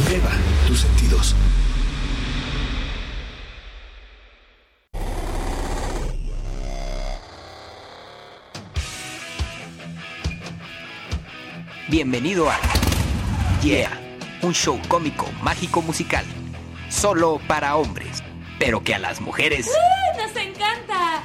Eleva tus sentidos. Bienvenido a Yeah, un show cómico, mágico, musical. Solo para hombres, pero que a las mujeres ¡nos encanta!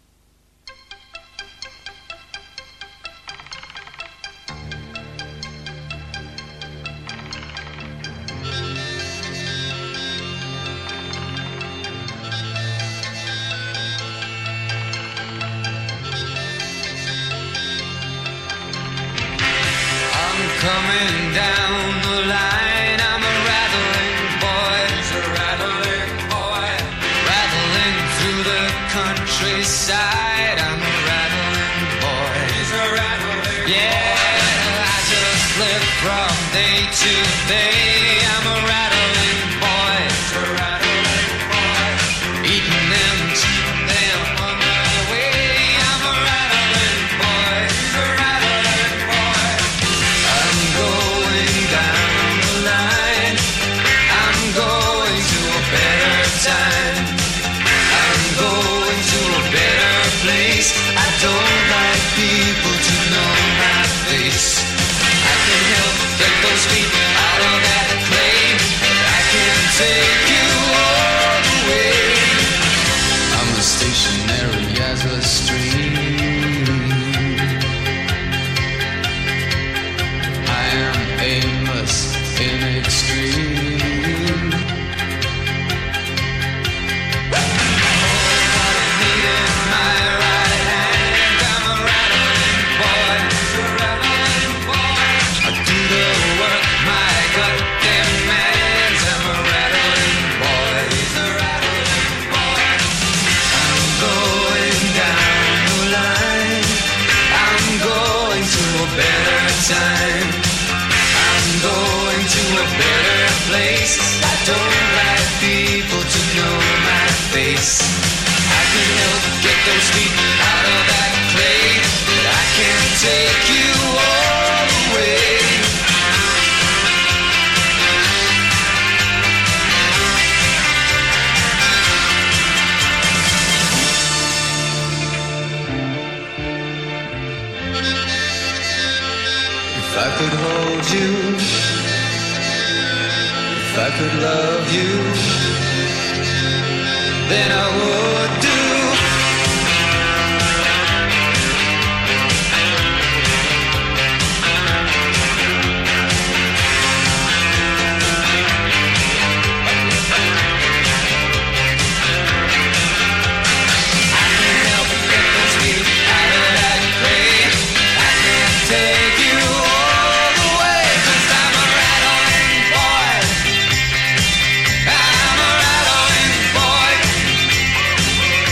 Coming down the line, I'm a rattling boy, rattling through the countryside. I'm a rattling boy, yeah. I just live from day to day. I'm a rattling boy, eating them, cheating them on my way. I'm a rattling boy, I'm going down the line. I'm going to a better time. I'm going to a better place. I don't like people to know my face. I can help get those feet out of that clay. I can take you all the way. I'm as stationary as a stream. I am aimless in extreme. Hold what I need in my right hand. I'm a rattling boy, I do the work my gut demands. I'm a rattling boy, I'm going down the line. I'm going to a better time. I'm going to a better place. I don't like people to know my face. I can help get those feet out of that clay, but I can't take you all the way. If I could hold you, if I could love you, then I would do. I can help get those feet out of that clay. I can take you all the way, 'cause I'm a rattling boy. I'm a rattling boy.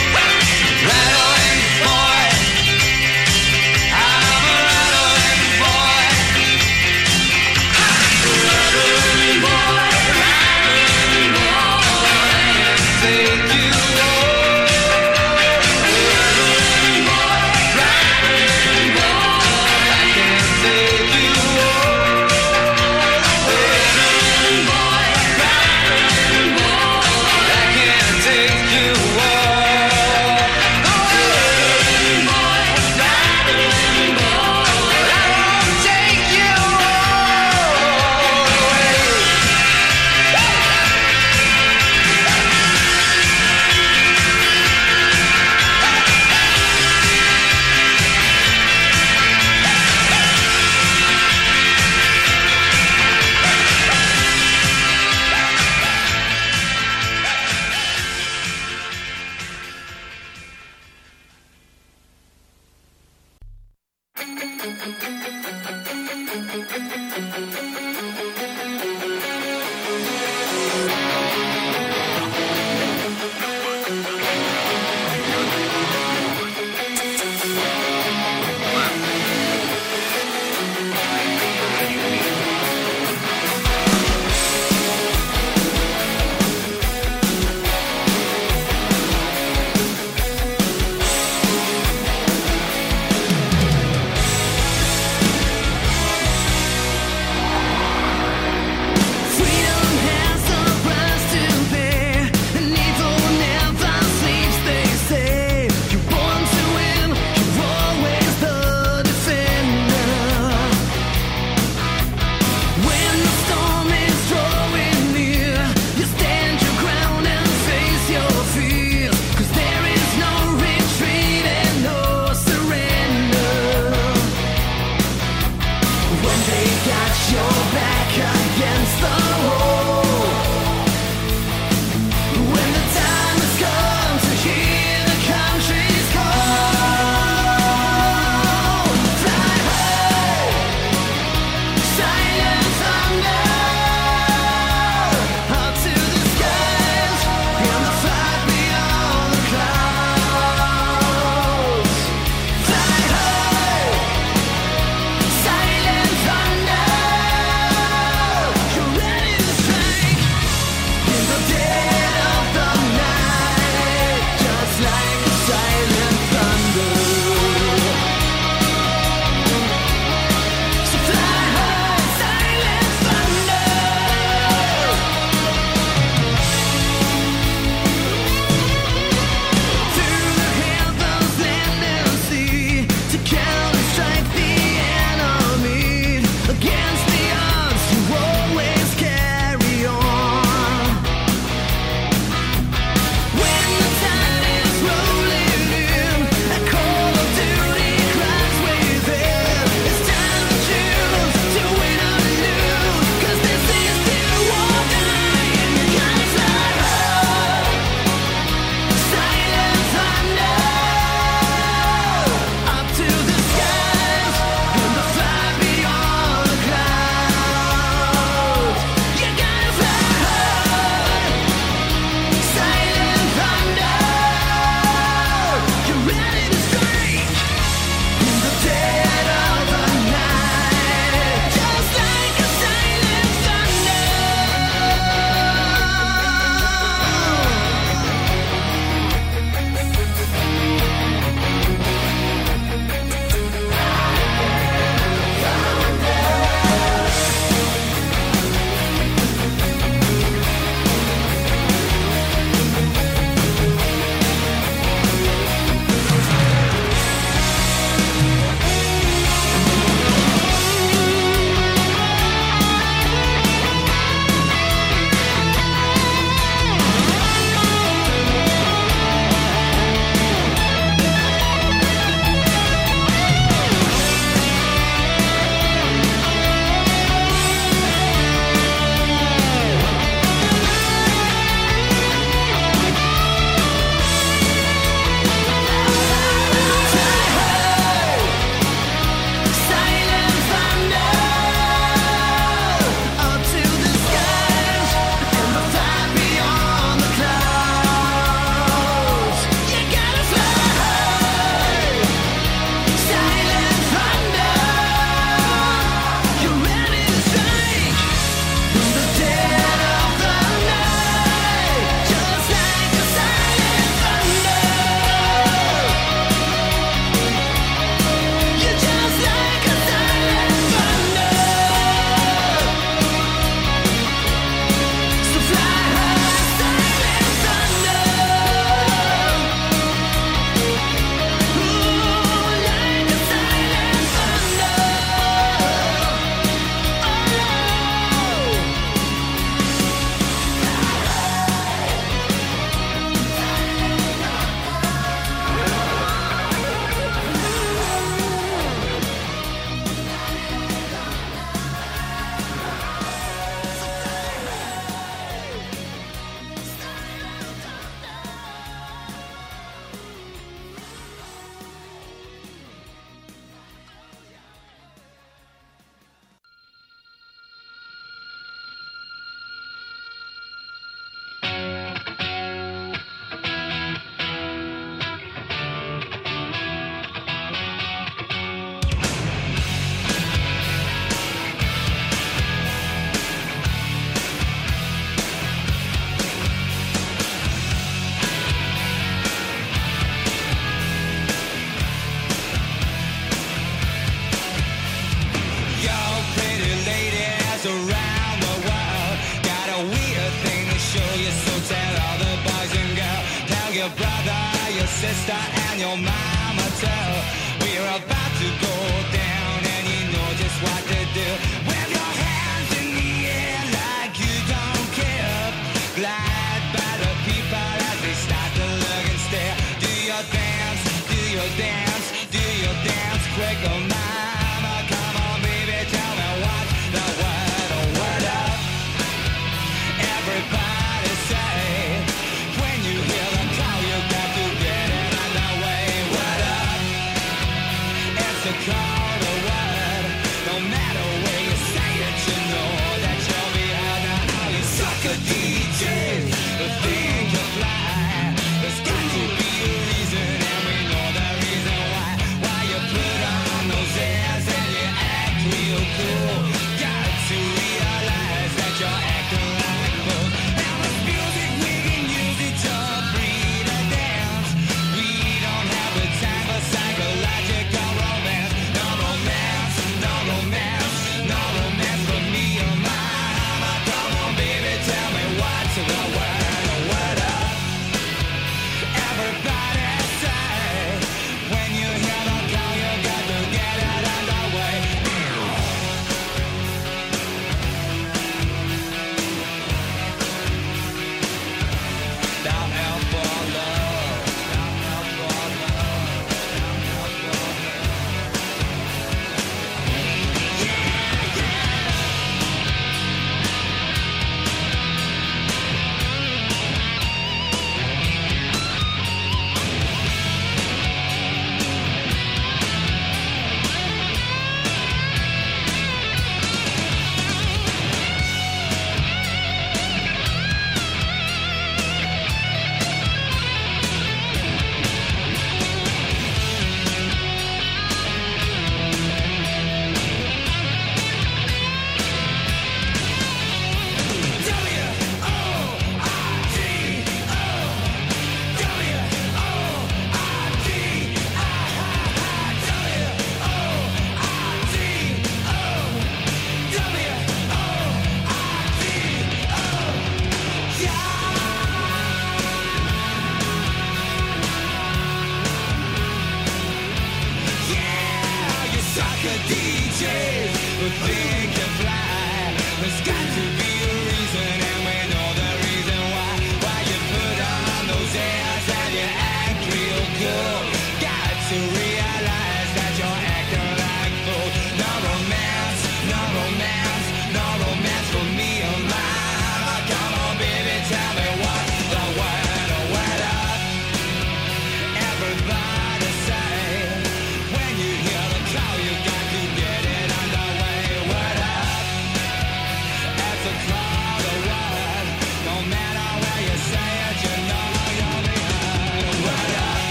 sister and your mama too. We're about to go down and you know just what to do. Wave your hands in the air like you don't care. Glide by the people as they start to look and stare. Do your dance, do your dance, do your dance quick, oh mama. Come on baby, tell me what's the word, oh word up. Everybody say, when you hear the call you got to get it underway. Word up, it's a call to word, no matter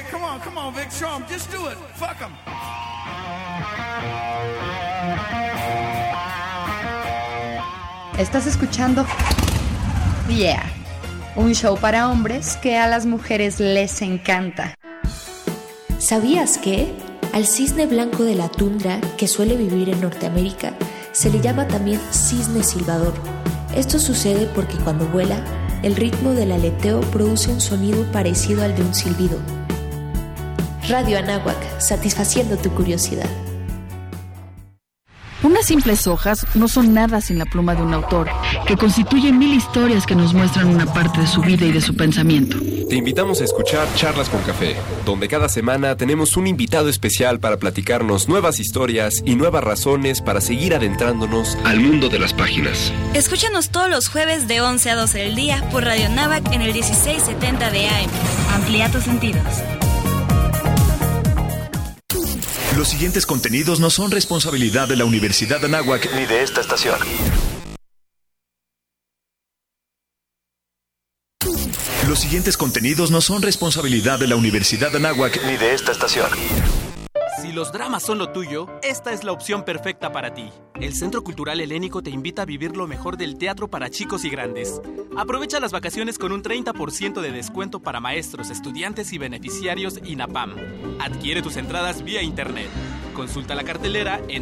come on, Vic, show 'em. Just do it. Fuck 'em. Estás escuchando Yeah, un show para hombres que a las mujeres les encanta. ¿Sabías que al cisne blanco de la tundra, que suele vivir en Norteamérica, se le llama también cisne silbador? Esto sucede porque cuando vuela, el ritmo del aleteo produce un sonido parecido al de un silbido. Radio Anáhuac, satisfaciendo tu curiosidad. Unas simples hojas no son nada sin la pluma de un autor, que constituye 1000 historias que nos muestran una parte de su vida y de su pensamiento. Te invitamos a escuchar Charlas con Café, donde cada semana tenemos un invitado especial para platicarnos nuevas historias y nuevas razones para seguir adentrándonos al mundo de las páginas. Escúchanos todos los jueves de 11 a 12 del día por Radio Anáhuac en el 1670 de AM. Amplía tus sentidos. Los siguientes contenidos no son responsabilidad de la Universidad de Anáhuac ni de esta estación. Los siguientes contenidos no son responsabilidad de la Universidad de Anáhuac ni de esta estación. Si los dramas son lo tuyo, esta es la opción perfecta para ti. El Centro Cultural Helénico te invita a vivir lo mejor del teatro para chicos y grandes. Aprovecha las vacaciones con un 30% de descuento para maestros, estudiantes y beneficiarios INAPAM. Adquiere tus entradas vía internet. Consulta la cartelera en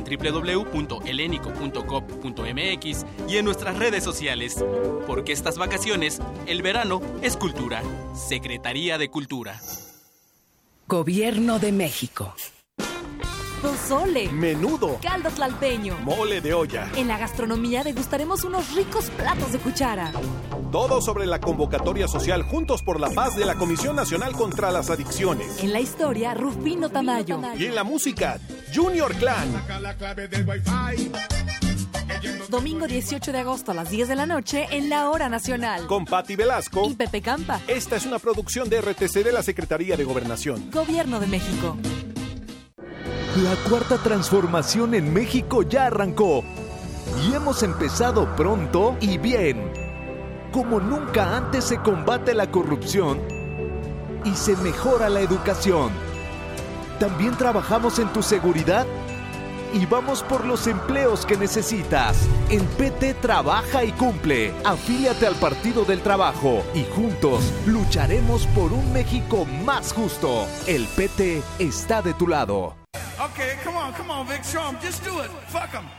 www.helenico.gov.mx y en nuestras redes sociales. Porque estas vacaciones, el verano es cultura. Secretaría de Cultura. Gobierno de México. Pozole, menudo, caldo tlalpeño, mole de olla. En la gastronomía degustaremos unos ricos platos de cuchara. Todo sobre la convocatoria social Juntos por la Paz de la Comisión Nacional contra las Adicciones. En la historia, Rufino Tamayo. Y en la música, Junior Clan. Domingo 18 de agosto a las 10 de la noche en la Hora Nacional. Con Patti Velasco y Pepe Campa. Esta es una producción de RTC de la Secretaría de Gobernación. Gobierno de México. La cuarta transformación en México ya arrancó y hemos empezado pronto y bien. Como nunca antes se combate la corrupción y se mejora la educación. También trabajamos en tu seguridad y vamos por los empleos que necesitas. En PT trabaja y cumple. Afíliate al Partido del Trabajo y juntos lucharemos por un México más justo. El PT está de tu lado. Okay, come on, Vic, show 'em. Just do it. Fuck 'em.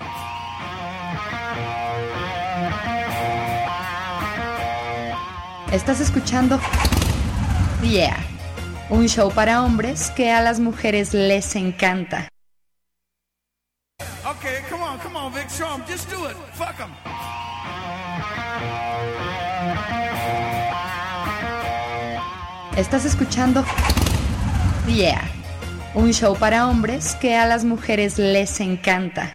Estás escuchando Yeah, un show para hombres que a las mujeres les encanta. Okay, come on, Vic, show 'em. Just do it. Fuck 'em. Estás escuchando Yeah, un show para hombres que a las mujeres les encanta.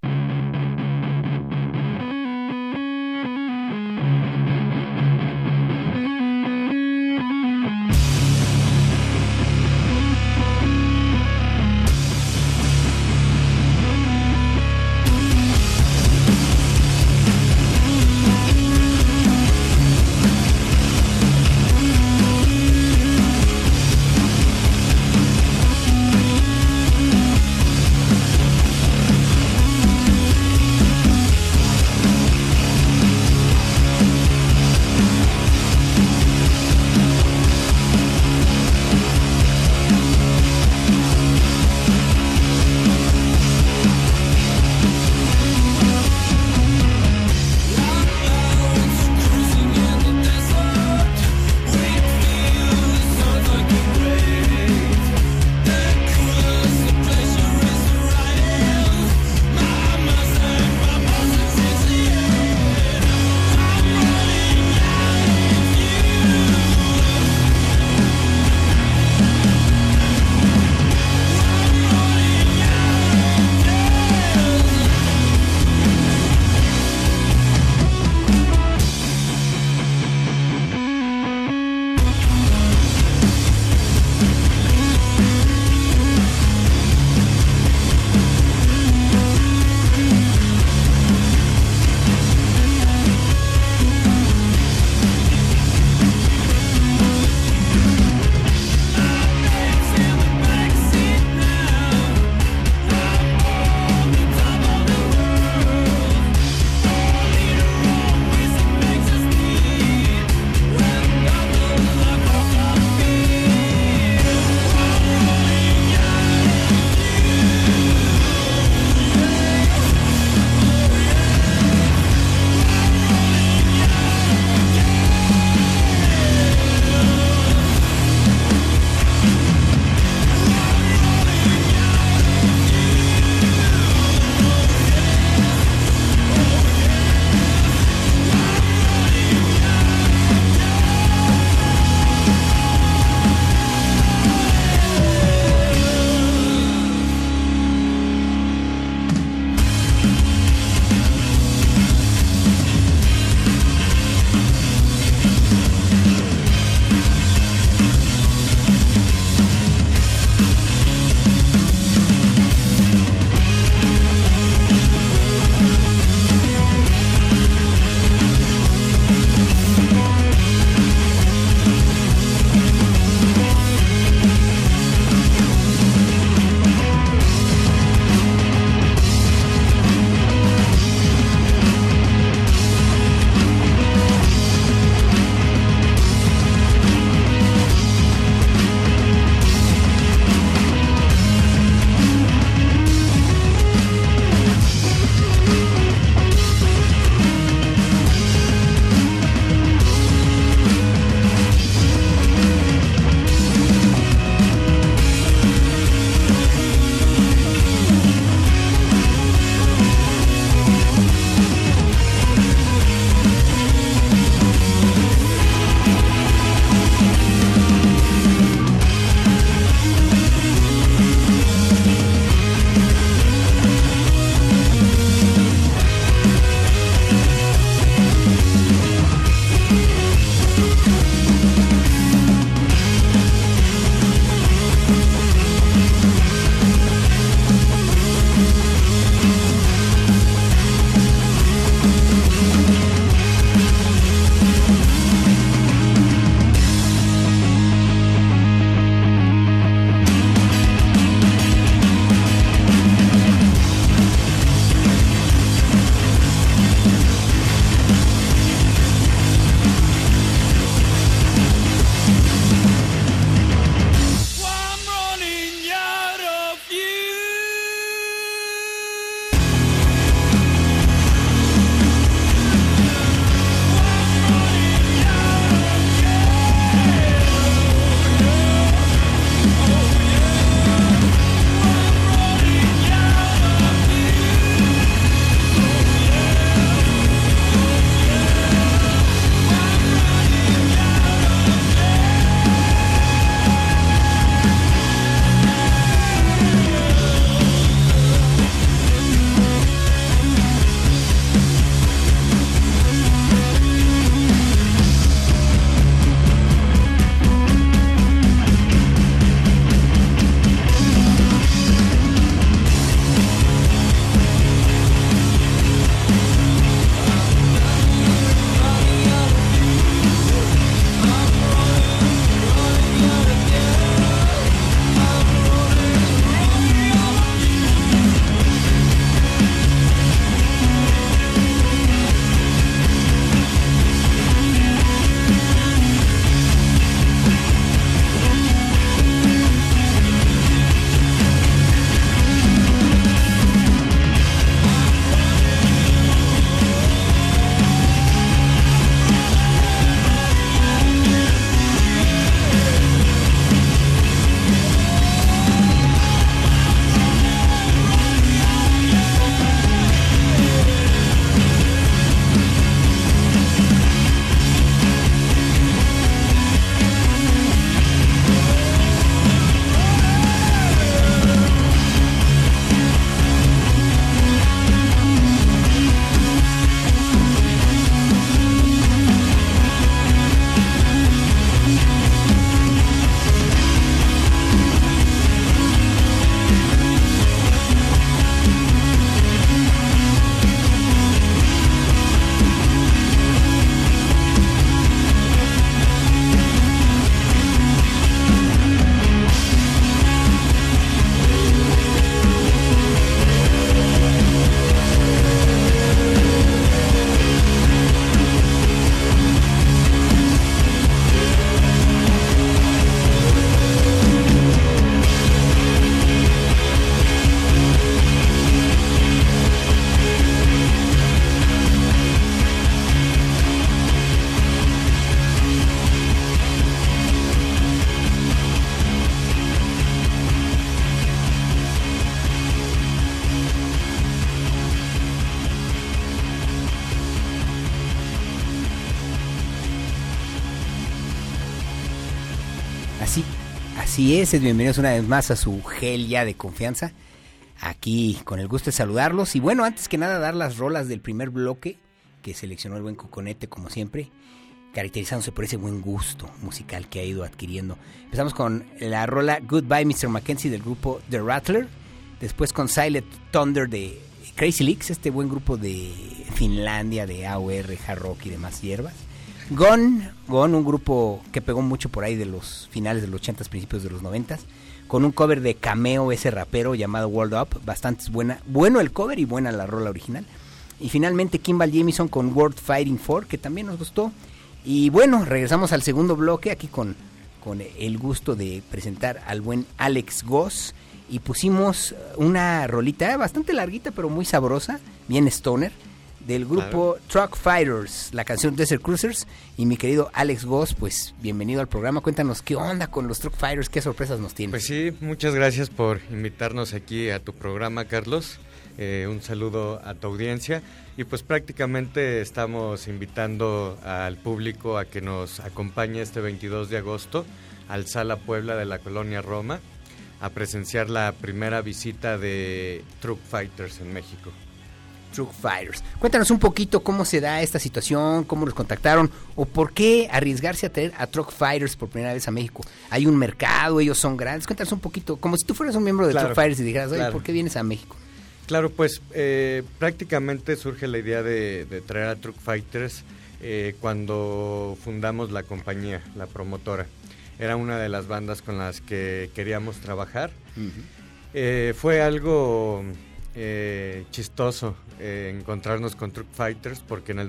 Así es, bienvenidos una vez más a su gel ya de confianza. Aquí con el gusto de saludarlos. Y bueno, antes que nada dar las rolas del primer bloque que seleccionó el buen Coconete, como siempre, caracterizándose por ese buen gusto musical que ha ido adquiriendo. Empezamos con la rola Goodbye Mr. Mackenzie del grupo The Rattler. Después con Silent Thunder de Crazy Leaks, este buen grupo de Finlandia de AOR, hard rock y demás hierbas. Gone, un grupo que pegó mucho por ahí de los finales de los 80s, principios de los 90s, con un cover de Cameo, ese rapero llamado World Up, bastante bueno el cover y buena la rola original. Y finalmente Kimball Jamison con World Fighting For, que también nos gustó. Y bueno, regresamos al segundo bloque aquí con el gusto de presentar al buen Alex Goss, y pusimos una rolita bastante larguita pero muy sabrosa, bien stoner, del grupo Truck Fighters, la canción Desert Cruisers. Y mi querido Alex Goss, pues bienvenido al programa. Cuéntanos qué onda con los Truck Fighters, qué sorpresas nos tienes. Pues sí, muchas gracias por invitarnos aquí a tu programa, Carlos. Un saludo a tu audiencia. Y pues prácticamente estamos invitando al público a que nos acompañe este 22 de agosto al Sala Puebla de la Colonia Roma a presenciar la primera visita de Truck Fighters en México. Truck Fighters. Cuéntanos un poquito cómo se da esta situación, cómo los contactaron o por qué arriesgarse a traer a Truck Fighters por primera vez a México. ¿Hay un mercado? ¿Ellos son grandes? Cuéntanos un poquito, como si tú fueras un miembro de Truck Fighters y dijeras, oye, ¿por qué vienes a México? Claro, pues prácticamente surge la idea de traer a Truck Fighters cuando fundamos la compañía, la promotora. Era una de las bandas con las que queríamos trabajar. Uh-huh. Fue algo chistoso encontrarnos con Truck Fighters porque en el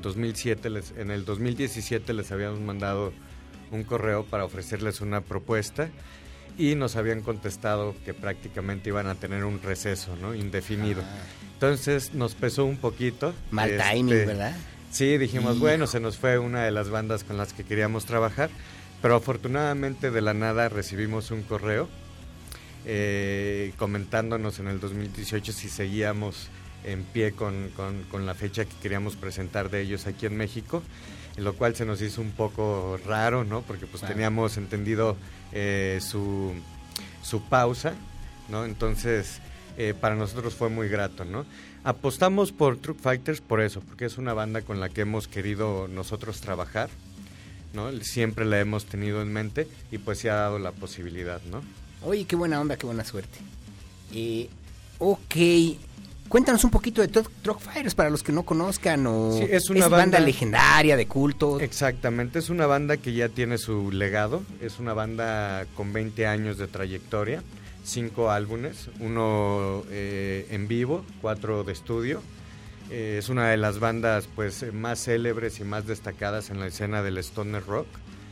2017 les habíamos mandado un correo para ofrecerles una propuesta y nos habían contestado que prácticamente iban a tener un receso, ¿no? Indefinido. Entonces nos pesó un poquito. Mal timing, ¿verdad? Sí, dijimos, bueno, se nos fue una de las bandas con las que queríamos trabajar, pero afortunadamente de la nada recibimos un correo comentándonos en el 2018 si seguíamos en pie con la fecha que queríamos presentar de ellos aquí en México, lo cual se nos hizo un poco raro, ¿no? Porque pues teníamos entendido su pausa, ¿no? Entonces para nosotros fue muy grato, ¿no? Apostamos por Truck Fighters por eso, porque es una banda con la que hemos querido nosotros trabajar, ¿no? Siempre la hemos tenido en mente y pues se ha dado la posibilidad, ¿no? Oye, qué buena onda, qué buena suerte. Ok, cuéntanos un poquito de Truck Fighters para los que no conozcan. Sí, es una banda legendaria, de culto. Exactamente, es una banda que ya tiene su legado. Es una banda con 20 años de trayectoria, 5 álbumes, 1 en vivo, 4 de estudio. Es una de las bandas pues más célebres y más destacadas en la escena del stoner rock.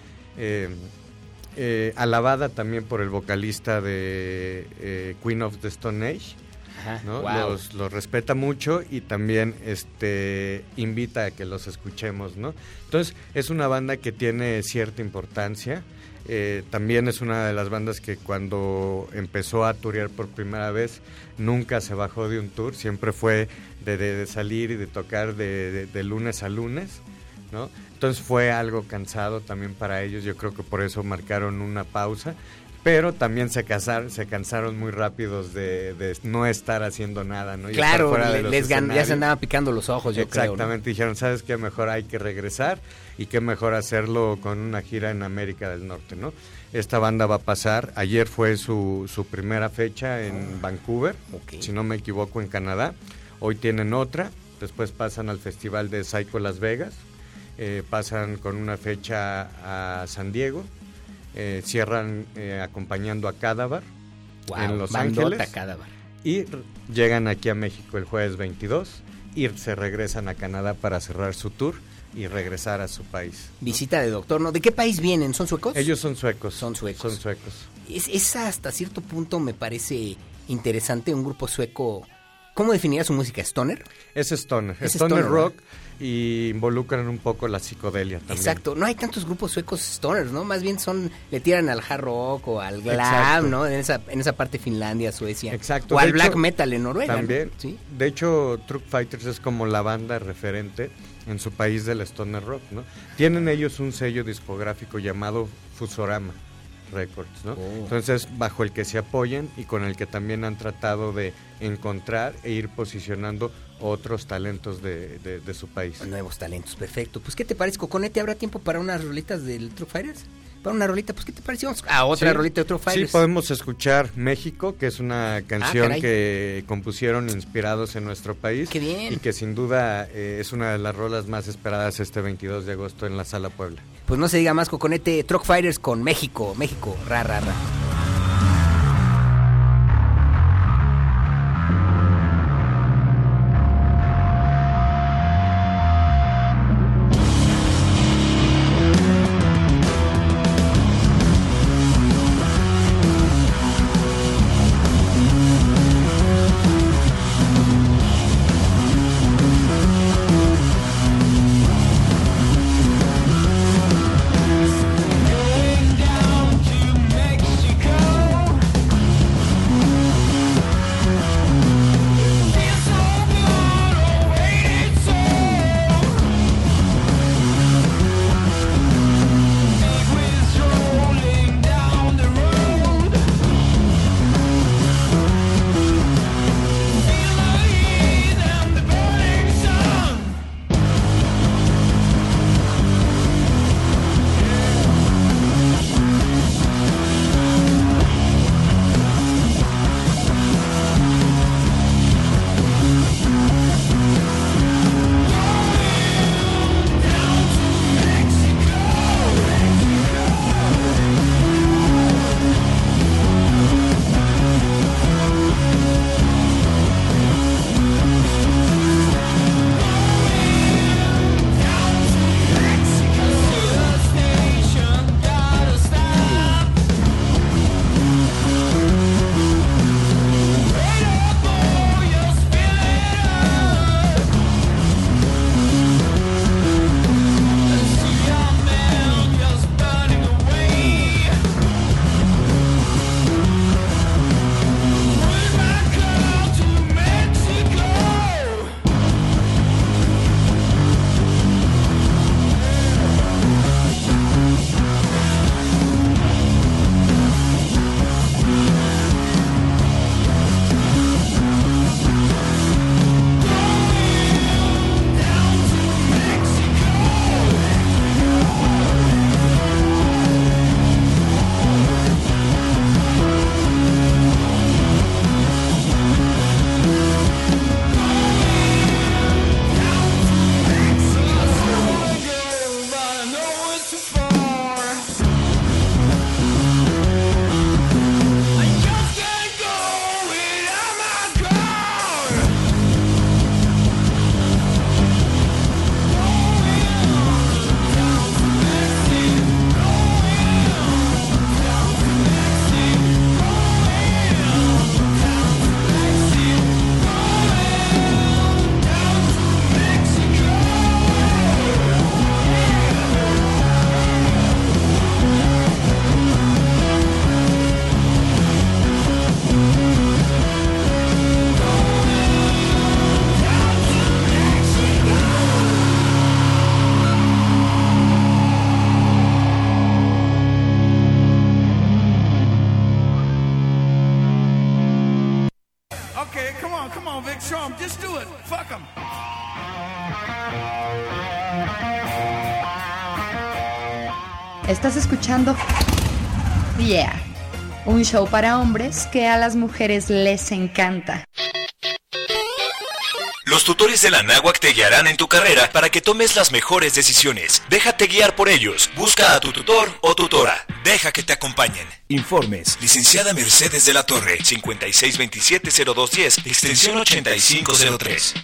Alabada también por el vocalista de Queen of the Stone Age, ¿no? Wow. Los respeta mucho y también invita a que los escuchemos, ¿no? Entonces es una banda que tiene cierta importancia. También es una de las bandas que cuando empezó a turear por primera vez nunca se bajó de un tour, siempre fue de salir y de tocar de lunes a lunes, ¿no? Entonces fue algo cansado también para ellos, yo creo que por eso marcaron una pausa, pero también se cansaron muy rápidos de no estar haciendo nada, ¿no? Y claro, ya se andaban picando los ojos, yo creo. Exactamente, ¿no? Dijeron, ¿sabes qué? Mejor hay que regresar y qué mejor hacerlo con una gira en América del Norte, ¿no? Esta banda va a pasar, ayer fue su primera fecha en Vancouver, si no me equivoco, en Canadá. Hoy tienen otra, después pasan al Festival de Psycho Las Vegas, pasan con una fecha a San Diego, cierran acompañando a Cadaver en Los Ángeles y llegan aquí a México el jueves 22 y se regresan a Canadá para cerrar su tour y regresar a su país, ¿no? Visita de doctor, ¿no? ¿De qué país vienen? ¿Son suecos? Ellos son suecos. Son suecos. Es hasta cierto punto me parece interesante un grupo sueco. ¿Cómo definiría su música? ¿Stoner? Es stoner rock, y involucran un poco la psicodelia también. Exacto, no hay tantos grupos suecos stoners, ¿no? Más bien le tiran al hard rock o al glam, exacto, ¿no? En esa parte Finlandia, Suecia. Exacto. O al black metal en Noruega. También, ¿no? ¿Sí? De hecho, Truck Fighters es como la banda referente en su país del stoner rock, ¿no? Tienen ellos un sello discográfico llamado Fusorama. Records, ¿no? Entonces, bajo el que se apoyan y con el que también han tratado de encontrar e ir posicionando otros talentos de su país. Nuevos talentos, perfecto. Pues, ¿qué te parece, Coconete? ¿Habrá tiempo para unas rolitas del Truck Fighters? Para una rolita, pues, ¿qué te parece? Vamos a otra rolita de Truck Fighters. Sí, podemos escuchar México, que es una canción que compusieron inspirados en nuestro país. ¡Qué bien! Y que sin duda es una de las rolas más esperadas este 22 de agosto en la Sala Puebla. Pues no se diga más, Coconete. Truck Fighters con México, ra, ra, ra. Trump, just do it. Fuck him. Estás escuchando Yeah, un show para hombres que a las mujeres les encanta. Los tutores de la Náhuac te guiarán en tu carrera para que tomes las mejores decisiones. Déjate guiar por ellos. Busca a tu tutor o tutora. Deja que te acompañen. Informes. Licenciada Mercedes de la Torre, 5627-0210, extensión 8503.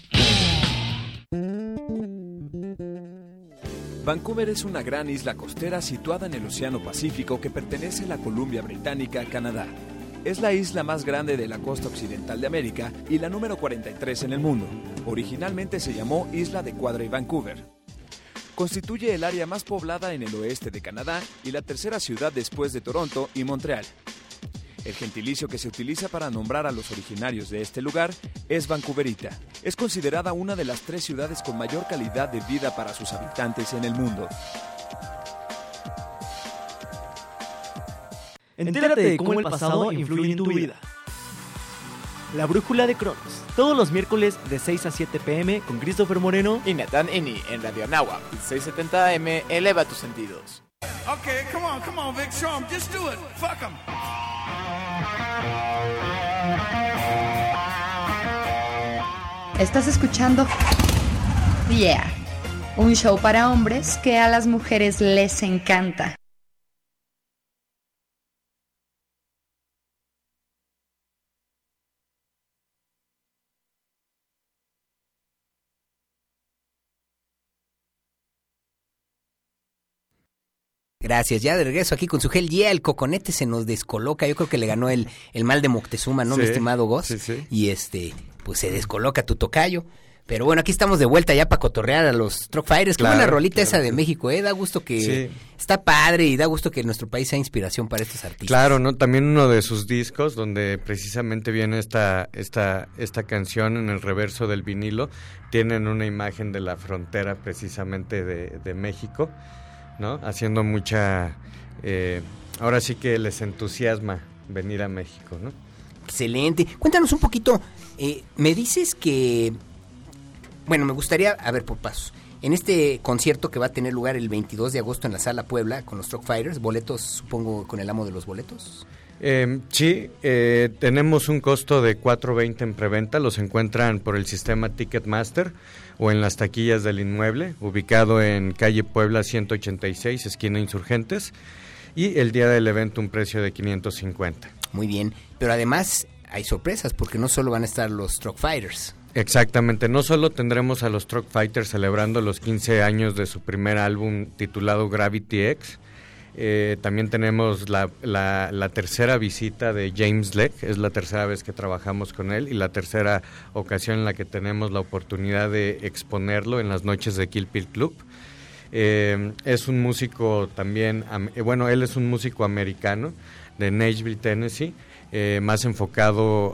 Vancouver es una gran isla costera situada en el Océano Pacífico que pertenece a la Columbia Británica, Canadá. Es la isla más grande de la costa occidental de América y la número 43 en el mundo. Originalmente se llamó Isla de Quadra y Vancouver. Constituye el área más poblada en el oeste de Canadá y la tercera ciudad después de Toronto y Montreal. El gentilicio que se utiliza para nombrar a los originarios de este lugar es Vancouverita. Es considerada una de las 3 ciudades con mayor calidad de vida para sus habitantes en el mundo. Entérate de cómo el pasado influye en tu vida. La Brújula de Cronos, todos los miércoles de 6 a 7 p.m. con Christopher Moreno y Nathan Eni en Radio Anáhuac, 670 AM, eleva tus sentidos. Okay, come on, Vic, show 'em, just do it, fuck 'em. Estás escuchando Yeah, un show para hombres que a las mujeres les encanta. Gracias, ya de regreso aquí con su gel. El coconete se nos descoloca. Yo creo que le ganó el mal de Moctezuma, ¿no, sí, mi estimado Goss? Sí. Y pues se descoloca tu tocayo. Pero bueno, aquí estamos de vuelta ya para cotorrear a los Truck Fighters. Qué buena rolita esa de México, Da gusto que está padre y da gusto que nuestro país sea inspiración para estos artistas. Claro, ¿no? También uno de sus discos donde precisamente viene esta canción en el reverso del vinilo, tienen una imagen de la frontera precisamente de México, ¿no? Haciendo mucha... ahora sí que les entusiasma venir a México, ¿no? Excelente. Cuéntanos un poquito, me dices que... Bueno, me gustaría, a ver, por pasos. En este concierto que va a tener lugar el 22 de agosto en la Sala Puebla con los Truck Fighters, boletos, supongo, con el amo de los boletos. Sí, tenemos un costo de $4.20 en preventa. Los encuentran por el sistema Ticketmaster o en las taquillas del inmueble, ubicado en calle Puebla 186, esquina Insurgentes. Y el día del evento un precio de $550. Muy bien, pero además hay sorpresas porque no solo van a estar los Truck Fighters. Exactamente, no solo tendremos a los Truck Fighters celebrando los 15 años de su primer álbum titulado Gravity X, también tenemos la tercera visita de James Blake, es la tercera vez que trabajamos con él y la tercera ocasión en la que tenemos la oportunidad de exponerlo en las noches de Kill Pill Club. Es un músico también, él es un músico americano de Nashville, Tennessee, más enfocado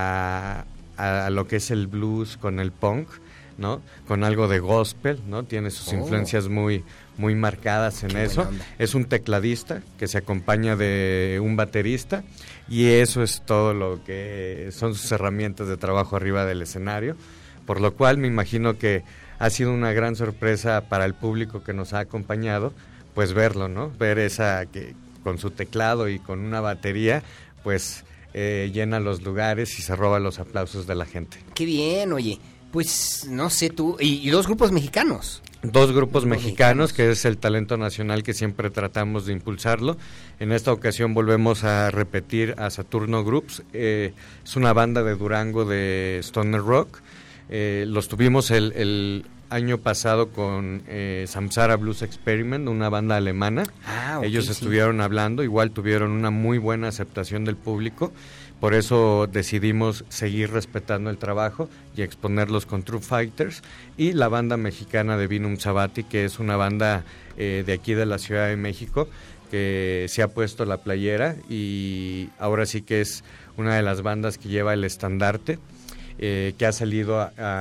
a lo que es el blues con el punk, ¿no? Con algo de gospel, ¿no? Tiene sus influencias muy marcadas en eso. Es un tecladista que se acompaña de un baterista y eso es todo lo que son sus herramientas de trabajo arriba del escenario, por lo cual me imagino que ha sido una gran sorpresa para el público que nos ha acompañado, pues verlo, ¿no? Ver esa que con su teclado y con una batería, pues llena los lugares y se roba los aplausos de la gente. Qué bien, oye, pues no sé tú, y dos grupos mexicanos. Dos grupos mexicanos, que es el talento nacional que siempre tratamos de impulsarlo. En esta ocasión volvemos a repetir a Saturno Groups, es una banda de Durango de stoner rock. Los tuvimos el año pasado con Samsara Blues Experiment, una banda alemana. Okay, ellos estuvieron hablando, igual tuvieron una muy buena aceptación del público, por eso decidimos seguir respetando el trabajo y exponerlos con Truck Fighters, y la banda mexicana de Vinum Sabati, que es una banda de aquí de la Ciudad de México, que se ha puesto la playera y ahora sí que es una de las bandas que lleva el estandarte, que ha salido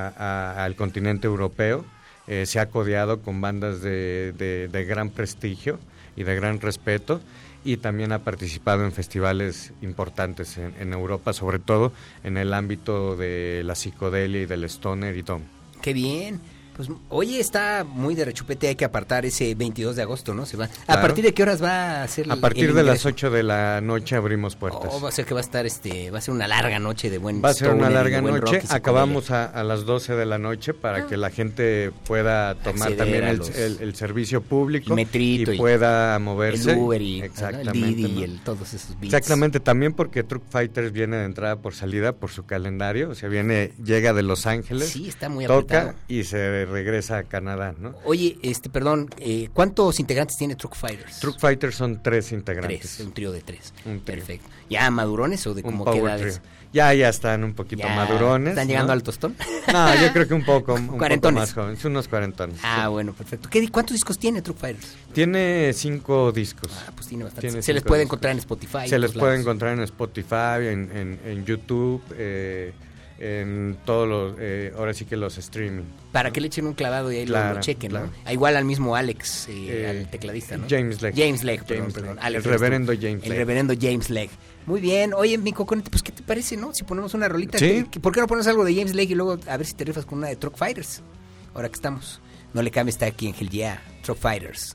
al continente europeo, se ha codeado con bandas de gran prestigio y de gran respeto, y también ha participado en festivales importantes en Europa, sobre todo en el ámbito de la psicodelia y del stoner y todo. ¡Qué bien! Pues, oye, está muy de rechupete, hay que apartar ese 22 de agosto, ¿no? Se va. Claro. ¿A partir de qué horas va a ser A partir de las 8 de la noche abrimos puertas. Va a ser que va a estar, va a ser una larga noche de buen Va a ser una larga noche, rock, acabamos a las 12 de la noche para que la gente pueda tomar también el servicio público y pueda moverse. El Uber y exactamente, el Didi, ¿no? todos esos beats. Exactamente, también porque Truck Fighters viene de entrada por salida por su calendario, o sea, llega de Los Ángeles, sí, está muy toca apretado. Y se regresa a Canadá, ¿no? Oye, perdón, ¿cuántos integrantes tiene Truck Fighters? Truck Fighters son 3 integrantes. 3, un trío de 3. Un trío. Perfecto. ¿Ya madurones o de cómo edades? Ya están un poquito madurones. ¿Están llegando al tostón? No, yo creo que un poco ¿Cuarentones? más jóvenes, unos cuarentones. Bueno, perfecto. ¿Cuántos discos tiene Truck Fighters? Tiene 5 discos. Pues tiene bastante. ¿Se les puede encontrar en Spotify? Se les puede encontrar en Spotify, en YouTube, en todos los, ahora sí que los streaming. Para que le echen un clavado y ahí lo chequen, claro. ¿no? Igual al mismo Alex, al tecladista, ¿no? James Legg. Perdón. Alex el reverendo James Legg. El reverendo James Legg. Muy bien. Oye, mi Coconete, pues ¿qué te parece, no? Si ponemos una rolita. ¿Sí? ¿Por qué no pones algo de James Legg y luego a ver si te rifas con una de Truck Fighters? Ahora que estamos. No le cambie, está aquí en Hell Yeah, Truck Fighters.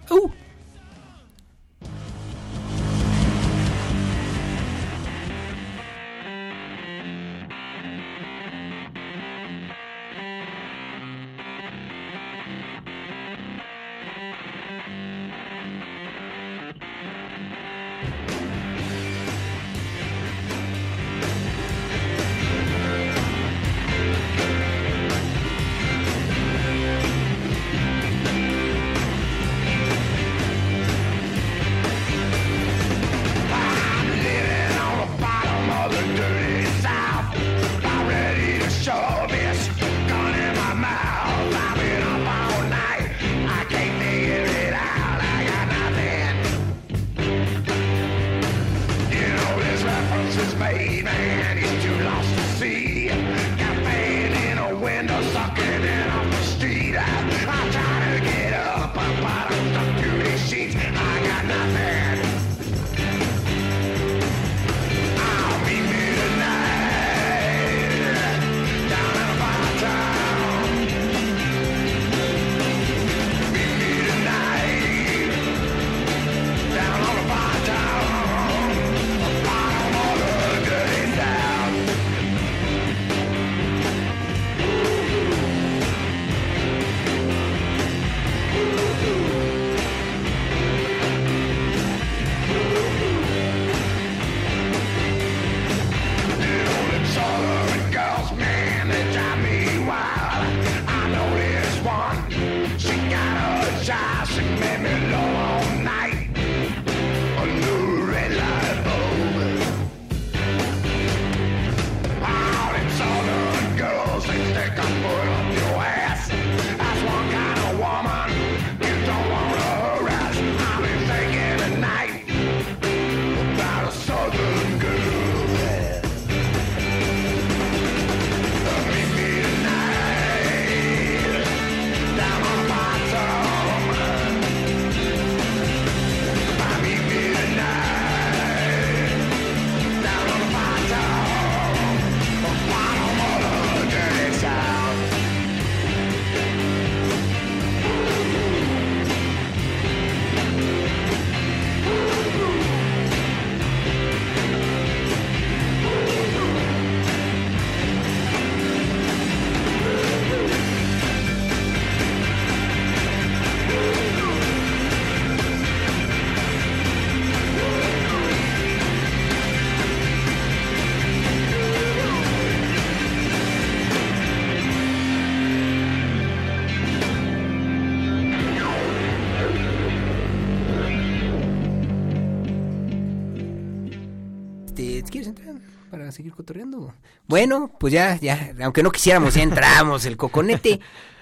¿Quieres entrar para seguir cotorreando? Bueno, pues ya, aunque no quisiéramos, ya entramos. El Coconete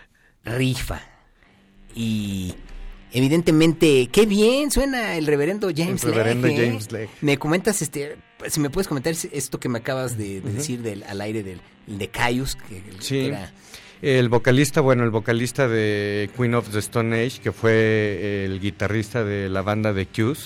rifa. Y evidentemente, qué bien suena el reverendo James Legg. James Legg. Me comentas, si me puedes comentar esto que me acabas de decir al aire de Caius. Sí. El vocalista de Queen of the Stone Age, que fue el guitarrista de la banda de Kiss,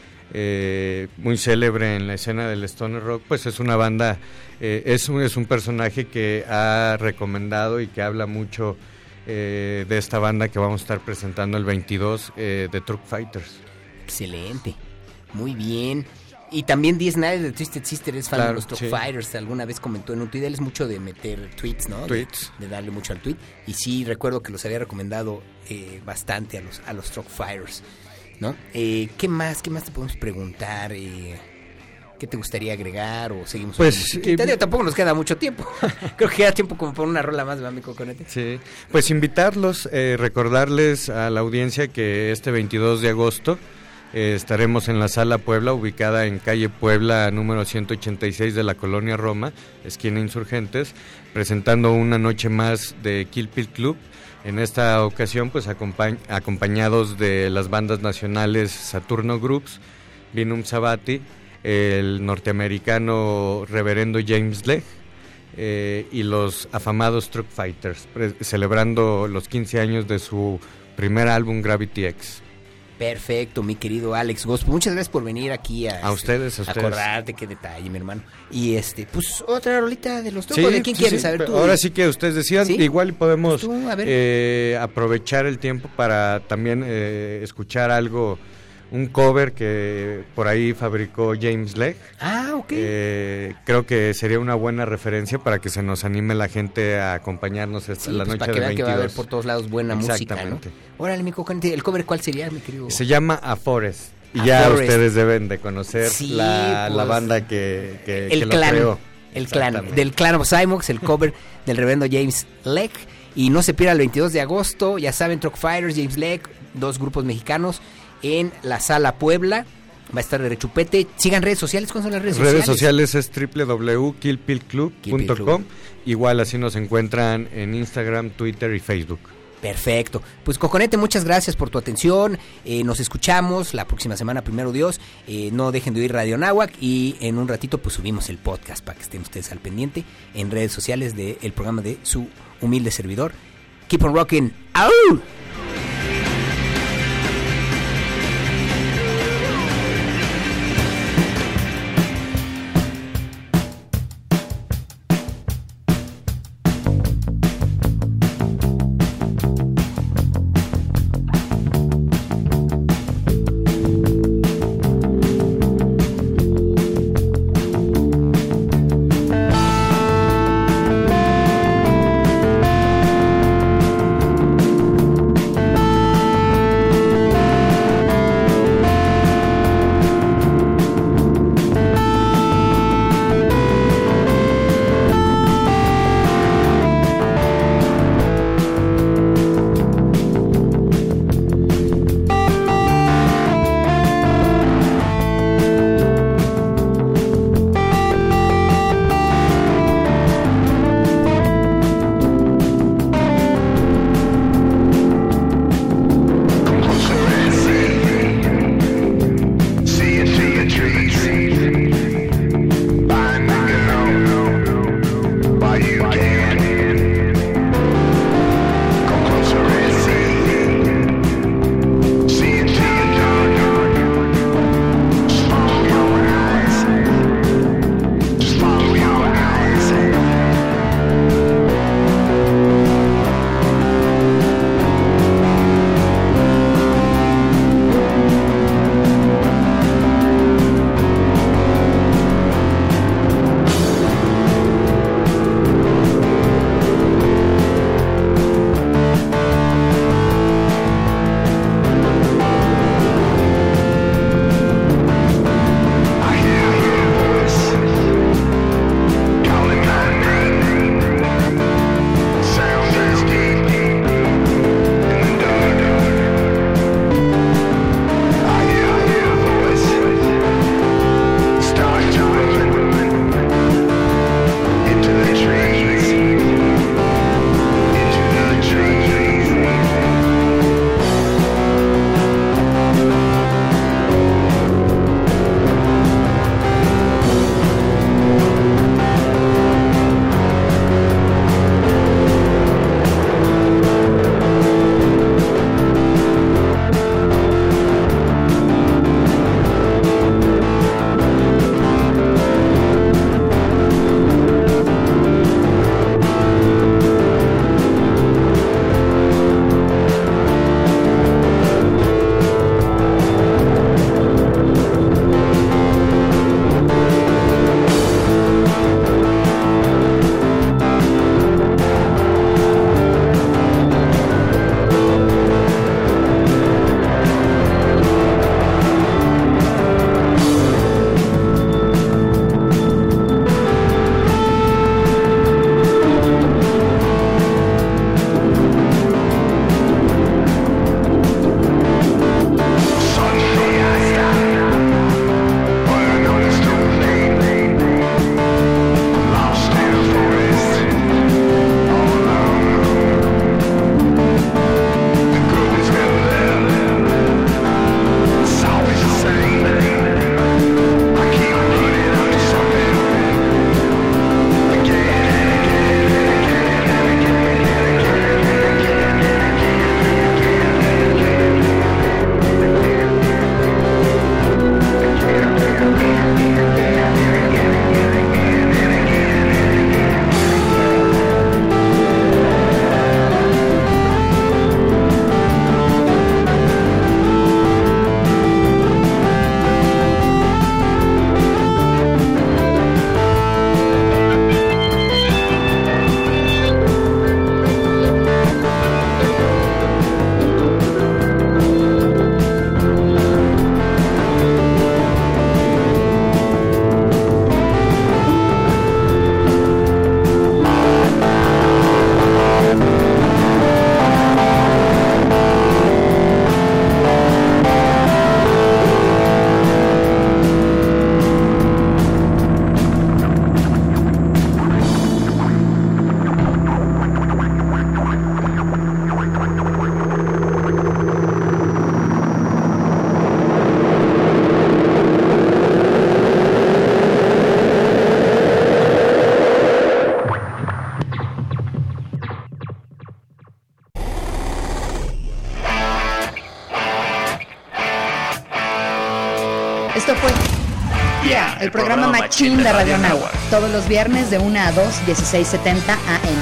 muy célebre en la escena del stoner rock, pues es una banda, es un personaje que ha recomendado y que habla mucho de esta banda que vamos a estar presentando el 22 de Truck Fighters. Excelente, muy bien. Y también Dee Snider de Twisted Sister es fan de los Truck Fighters. Alguna vez comentó en un tweet, él es mucho de meter tweets, ¿no? Tweets. De darle mucho al tweet. Y sí, recuerdo que los había recomendado bastante a los Truck Fighters, ¿no? ¿Qué más te podemos preguntar? ¿Qué te gustaría agregar o seguimos? Pues tampoco nos queda mucho tiempo. Creo que queda tiempo como por una rola más, ¿verdad, mi Coconete? Sí, pues invitarlos, recordarles a la audiencia que este 22 de agosto estaremos en la Sala Puebla, ubicada en calle Puebla número 186 de la Colonia Roma, esquina Insurgentes, presentando una noche más de Kill Pill Club. En esta ocasión, pues acompañados de las bandas nacionales Saturno Groups, Vinum Sabati, el norteamericano reverendo James Legg, y los afamados Truck Fighters, celebrando los 15 años de su primer álbum Gravity X. Perfecto, mi querido Alex Goss. Muchas gracias por venir aquí a ustedes. Acordarte, qué detalle, mi hermano. Y pues otra rolita de los trucos. ¿De quién quieres saber tú? Ahora sí que ustedes decían, igual podemos aprovechar el tiempo para también escuchar algo, un cover que por ahí fabricó James Legg. Ok. Creo que sería una buena referencia para que se nos anime la gente a acompañarnos la noche para que de 22. Vean que va a haber por todos lados buena música, ¿no? Órale, mi Coconete, ¿el cover cuál sería, mi querido? Se llama A Forest. Y ya ustedes deben de conocer la banda que lo creó. El clan, del clan of Cymox, el cover del reverendo James Legg. Y no se pierda el 22 de agosto, ya saben, Truck Fighters, James Legg, 2 grupos mexicanos en la Sala Puebla. Va a estar de rechupete. Sigan redes sociales. ¿Cuáles son las redes sociales? Redes sociales es www.killpillclub.com. Igual así nos encuentran en Instagram, Twitter y Facebook. Perfecto. Pues Coconete, muchas gracias por tu atención. Nos escuchamos la próxima semana, primero Dios. No dejen de oír Radio Náhuac y en un ratito pues subimos el podcast para que estén ustedes al pendiente en redes sociales del programa de su humilde servidor. Keep on rocking. ¡Au! Esto fue el programa Machín de Radio Anáhuac. Todos los viernes de 1 a 2, 1670 AM.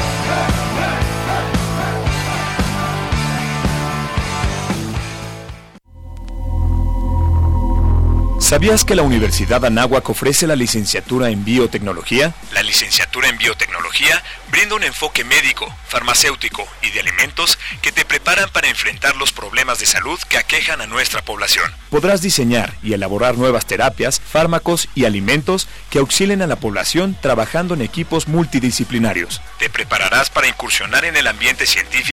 ¿Sabías que la Universidad Anáhuac ofrece la licenciatura en biotecnología? La licenciatura en biotecnología brinda un enfoque médico, farmacéutico y de alimentos que te preparan para enfrentar los problemas de salud que aquejan a nuestra población. Podrás diseñar y elaborar nuevas terapias, fármacos y alimentos que auxilien a la población trabajando en equipos multidisciplinarios. Te prepararás para incursionar en el ambiente científico